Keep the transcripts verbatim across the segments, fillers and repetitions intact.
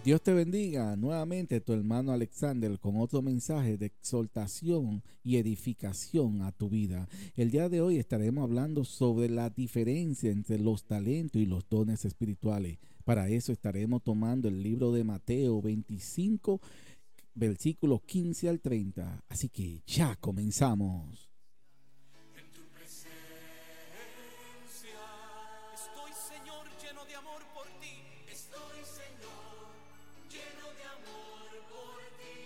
Dios te bendiga nuevamente, tu hermano Alexander, con otro mensaje de exhortación y edificación a tu vida. El día de hoy estaremos hablando sobre la diferencia entre los talentos y los dones espirituales. Para eso estaremos tomando el libro de Mateo veinticinco, versículos quince al treinta. Así que ya comenzamos. En tu presencia estoy, Señor, lleno de amor por ti. Estoy, Señor, lleno de amor por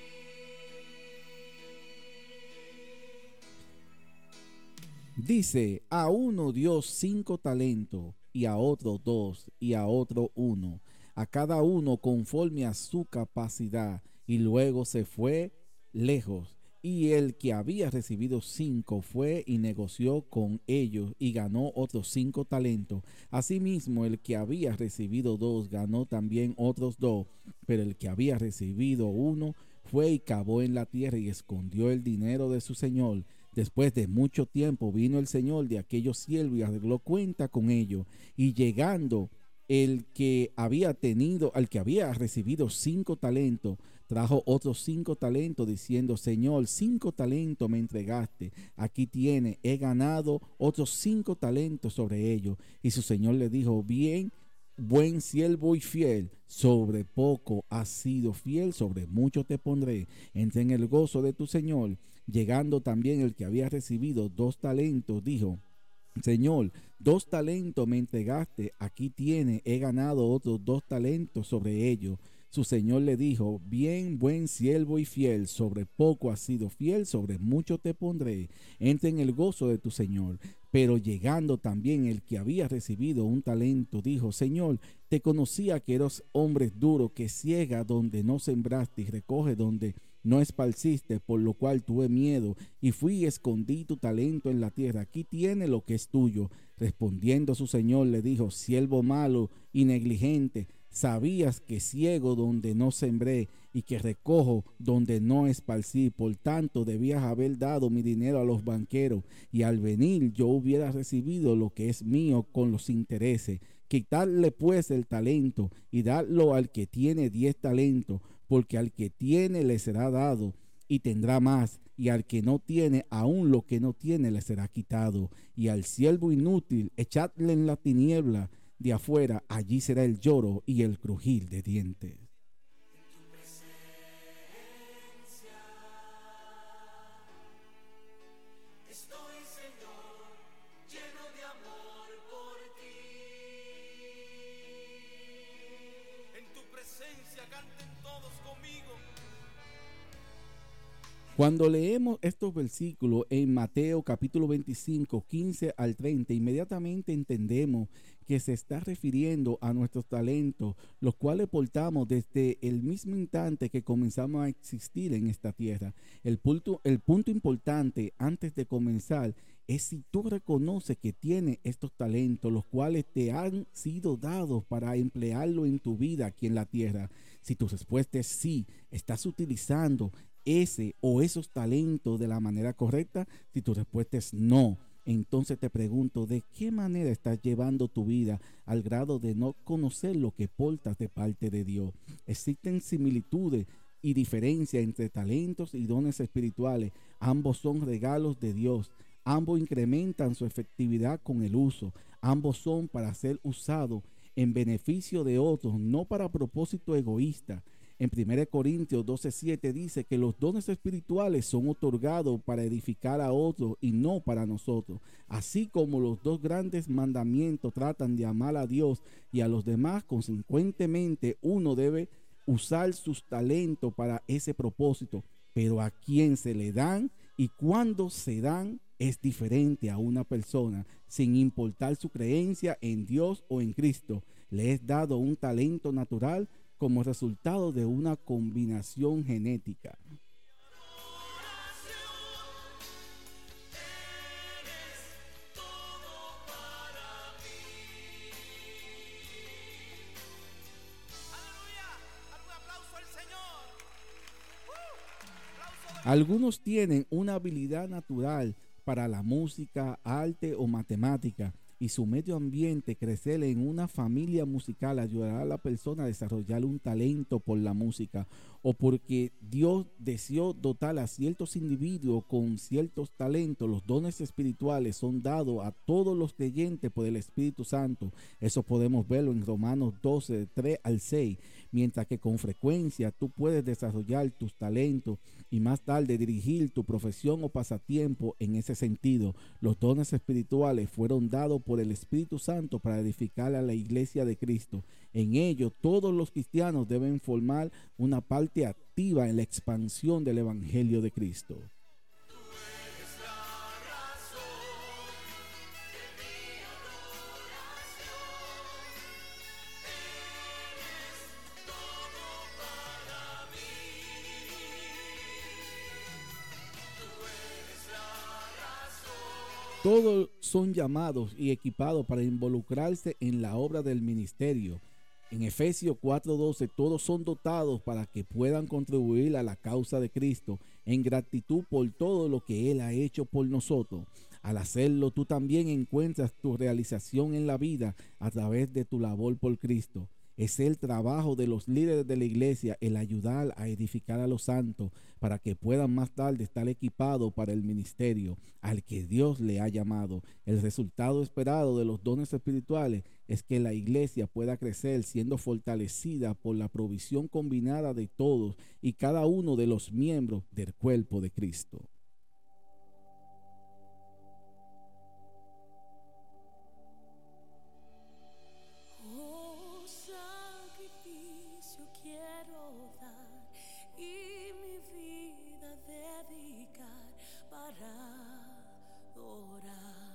ti. Dice, a uno dio cinco talentos, y a otro dos, y a otro uno, a cada uno conforme a su capacidad, y luego se fue lejos. Y el que había recibido cinco fue y negoció con ellos y ganó otros cinco talentos. Asimismo, el que había recibido dos ganó también otros dos, pero el que había recibido uno fue y cavó en la tierra y escondió el dinero de su señor. Después de mucho tiempo vino el señor de aquellos siervos y arregló cuenta con ellos. Y llegando el que había tenido, al que había recibido cinco talentos, trajo otros cinco talentos, diciendo: Señor, cinco talentos me entregaste, aquí tiene, he ganado otros cinco talentos sobre ellos. Y su señor le dijo: bien, buen siervo y fiel, sobre poco has sido fiel, sobre mucho te pondré, entra en el gozo de tu señor. Llegando también el que había recibido dos talentos, dijo: Señor, dos talentos me entregaste, aquí tiene, he ganado otros dos talentos sobre ellos. Su señor le dijo: bien, buen siervo y fiel, sobre poco has sido fiel, sobre mucho te pondré, entra en el gozo de tu señor. Pero llegando también el que había recibido un talento, dijo: Señor, te conocía que eras hombre duro, que ciega donde no sembraste y recoge donde no esparciste, por lo cual tuve miedo y fui y escondí tu talento en la tierra. Aquí tiene lo que es tuyo. Respondiendo su señor le dijo: siervo malo y negligente, sabías que ciego donde no sembré y que recojo donde no esparcí, por tanto debías haber dado mi dinero a los banqueros, y al venir yo hubiera recibido lo que es mío con los intereses. Quitarle pues el talento y darlo al que tiene diez talentos, porque al que tiene le será dado y tendrá más, y al que no tiene, aún lo que no tiene le será quitado. Y al siervo inútil echadle en la tiniebla de afuera, allí será el lloro y el crujir de dientes. Estoy, Señor, lleno de amor por ti. En tu presencia canten todos conmigo. Cuando leemos estos versículos en Mateo capítulo veinticinco, quince al treinta, inmediatamente entendemos que se está refiriendo a nuestros talentos, los cuales portamos desde el mismo instante que comenzamos a existir en esta tierra. El punto, el punto importante antes de comenzar es si tú reconoces que tienes estos talentos, los cuales te han sido dados para emplearlo en tu vida aquí en la tierra. Si tu respuesta es sí, estás utilizando ese o esos talentos de la manera correcta. Si tu respuesta es no, entonces te pregunto: ¿de qué manera estás llevando tu vida al grado de no conocer lo que portas de parte de Dios? Existen similitudes y diferencias entre talentos y dones espirituales. Ambos son regalos de Dios. Ambos incrementan su efectividad con el uso. Ambos son para ser usados en beneficio de otros, no para propósito egoísta. En primera Corintios doce siete dice que los dones espirituales son otorgados para edificar a otros y no para nosotros. Así como los dos grandes mandamientos tratan de amar a Dios y a los demás, consecuentemente uno debe usar sus talentos para ese propósito. Pero a quién se le dan y cuándo se dan es diferente a una persona, sin importar su creencia en Dios o en Cristo. Le es dado un talento natural como resultado de una combinación genética. Algunos tienen una habilidad natural para la música, arte o matemática. y su medio ambiente crecer en una familia musical ayudará a la persona a desarrollar un talento por la música, o porque Dios deseó dotar a ciertos individuos con ciertos talentos. Los dones espirituales son dados a todos los creyentes por el Espíritu Santo. Eso podemos verlo en Romanos doce, tres al seis. Mientras que con frecuencia tú puedes desarrollar tus talentos y más tarde dirigir tu profesión o pasatiempo en ese sentido. Los dones espirituales fueron dados por el Espíritu Santo para edificar a la iglesia de Cristo. En ello, todos los cristianos deben formar una parte activa en la expansión del Evangelio de Cristo. Todos son llamados y equipados para involucrarse en la obra del ministerio. En Efesios cuatro doce, todos son dotados para que puedan contribuir a la causa de Cristo en gratitud por todo lo que Él ha hecho por nosotros. Al hacerlo, tú también encuentras tu realización en la vida a través de tu labor por Cristo. Es el trabajo de los líderes de la iglesia el ayudar a edificar a los santos para que puedan más tarde estar equipados para el ministerio al que Dios le ha llamado. El resultado esperado de los dones espirituales es que la iglesia pueda crecer siendo fortalecida por la provisión combinada de todos y cada uno de los miembros del cuerpo de Cristo. Quiero dar y mi vida dedicar para adorarte.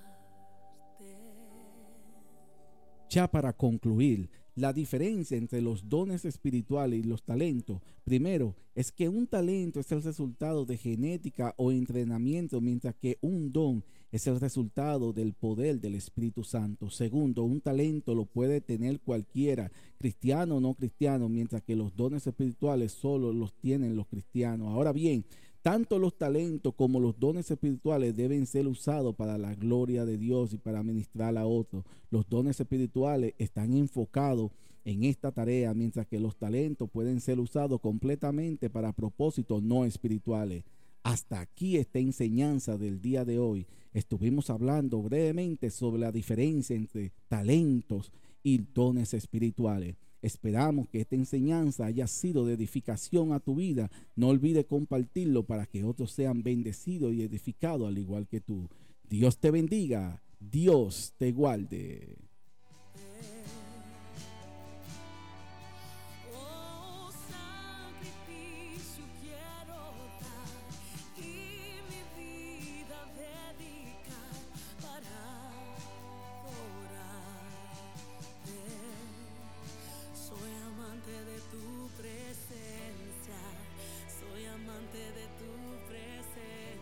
Ya para concluir, la diferencia entre los dones espirituales y los talentos, primero, es que un talento es el resultado de genética o entrenamiento, mientras que un don es el resultado del poder del Espíritu Santo. Segundo, un talento lo puede tener cualquiera, cristiano o no cristiano, mientras que los dones espirituales solo los tienen los cristianos. Ahora bien, tanto los talentos como los dones espirituales deben ser usados para la gloria de Dios y para ministrar a otros. Los dones espirituales están enfocados en esta tarea, mientras que los talentos pueden ser usados completamente para propósitos no espirituales. Hasta aquí esta enseñanza del día de hoy. Estuvimos hablando brevemente sobre la diferencia entre talentos y dones espirituales. Esperamos que esta enseñanza haya sido de edificación a tu vida. No olvides compartirlo para que otros sean bendecidos y edificados al igual que tú. Dios te bendiga. Dios te guarde.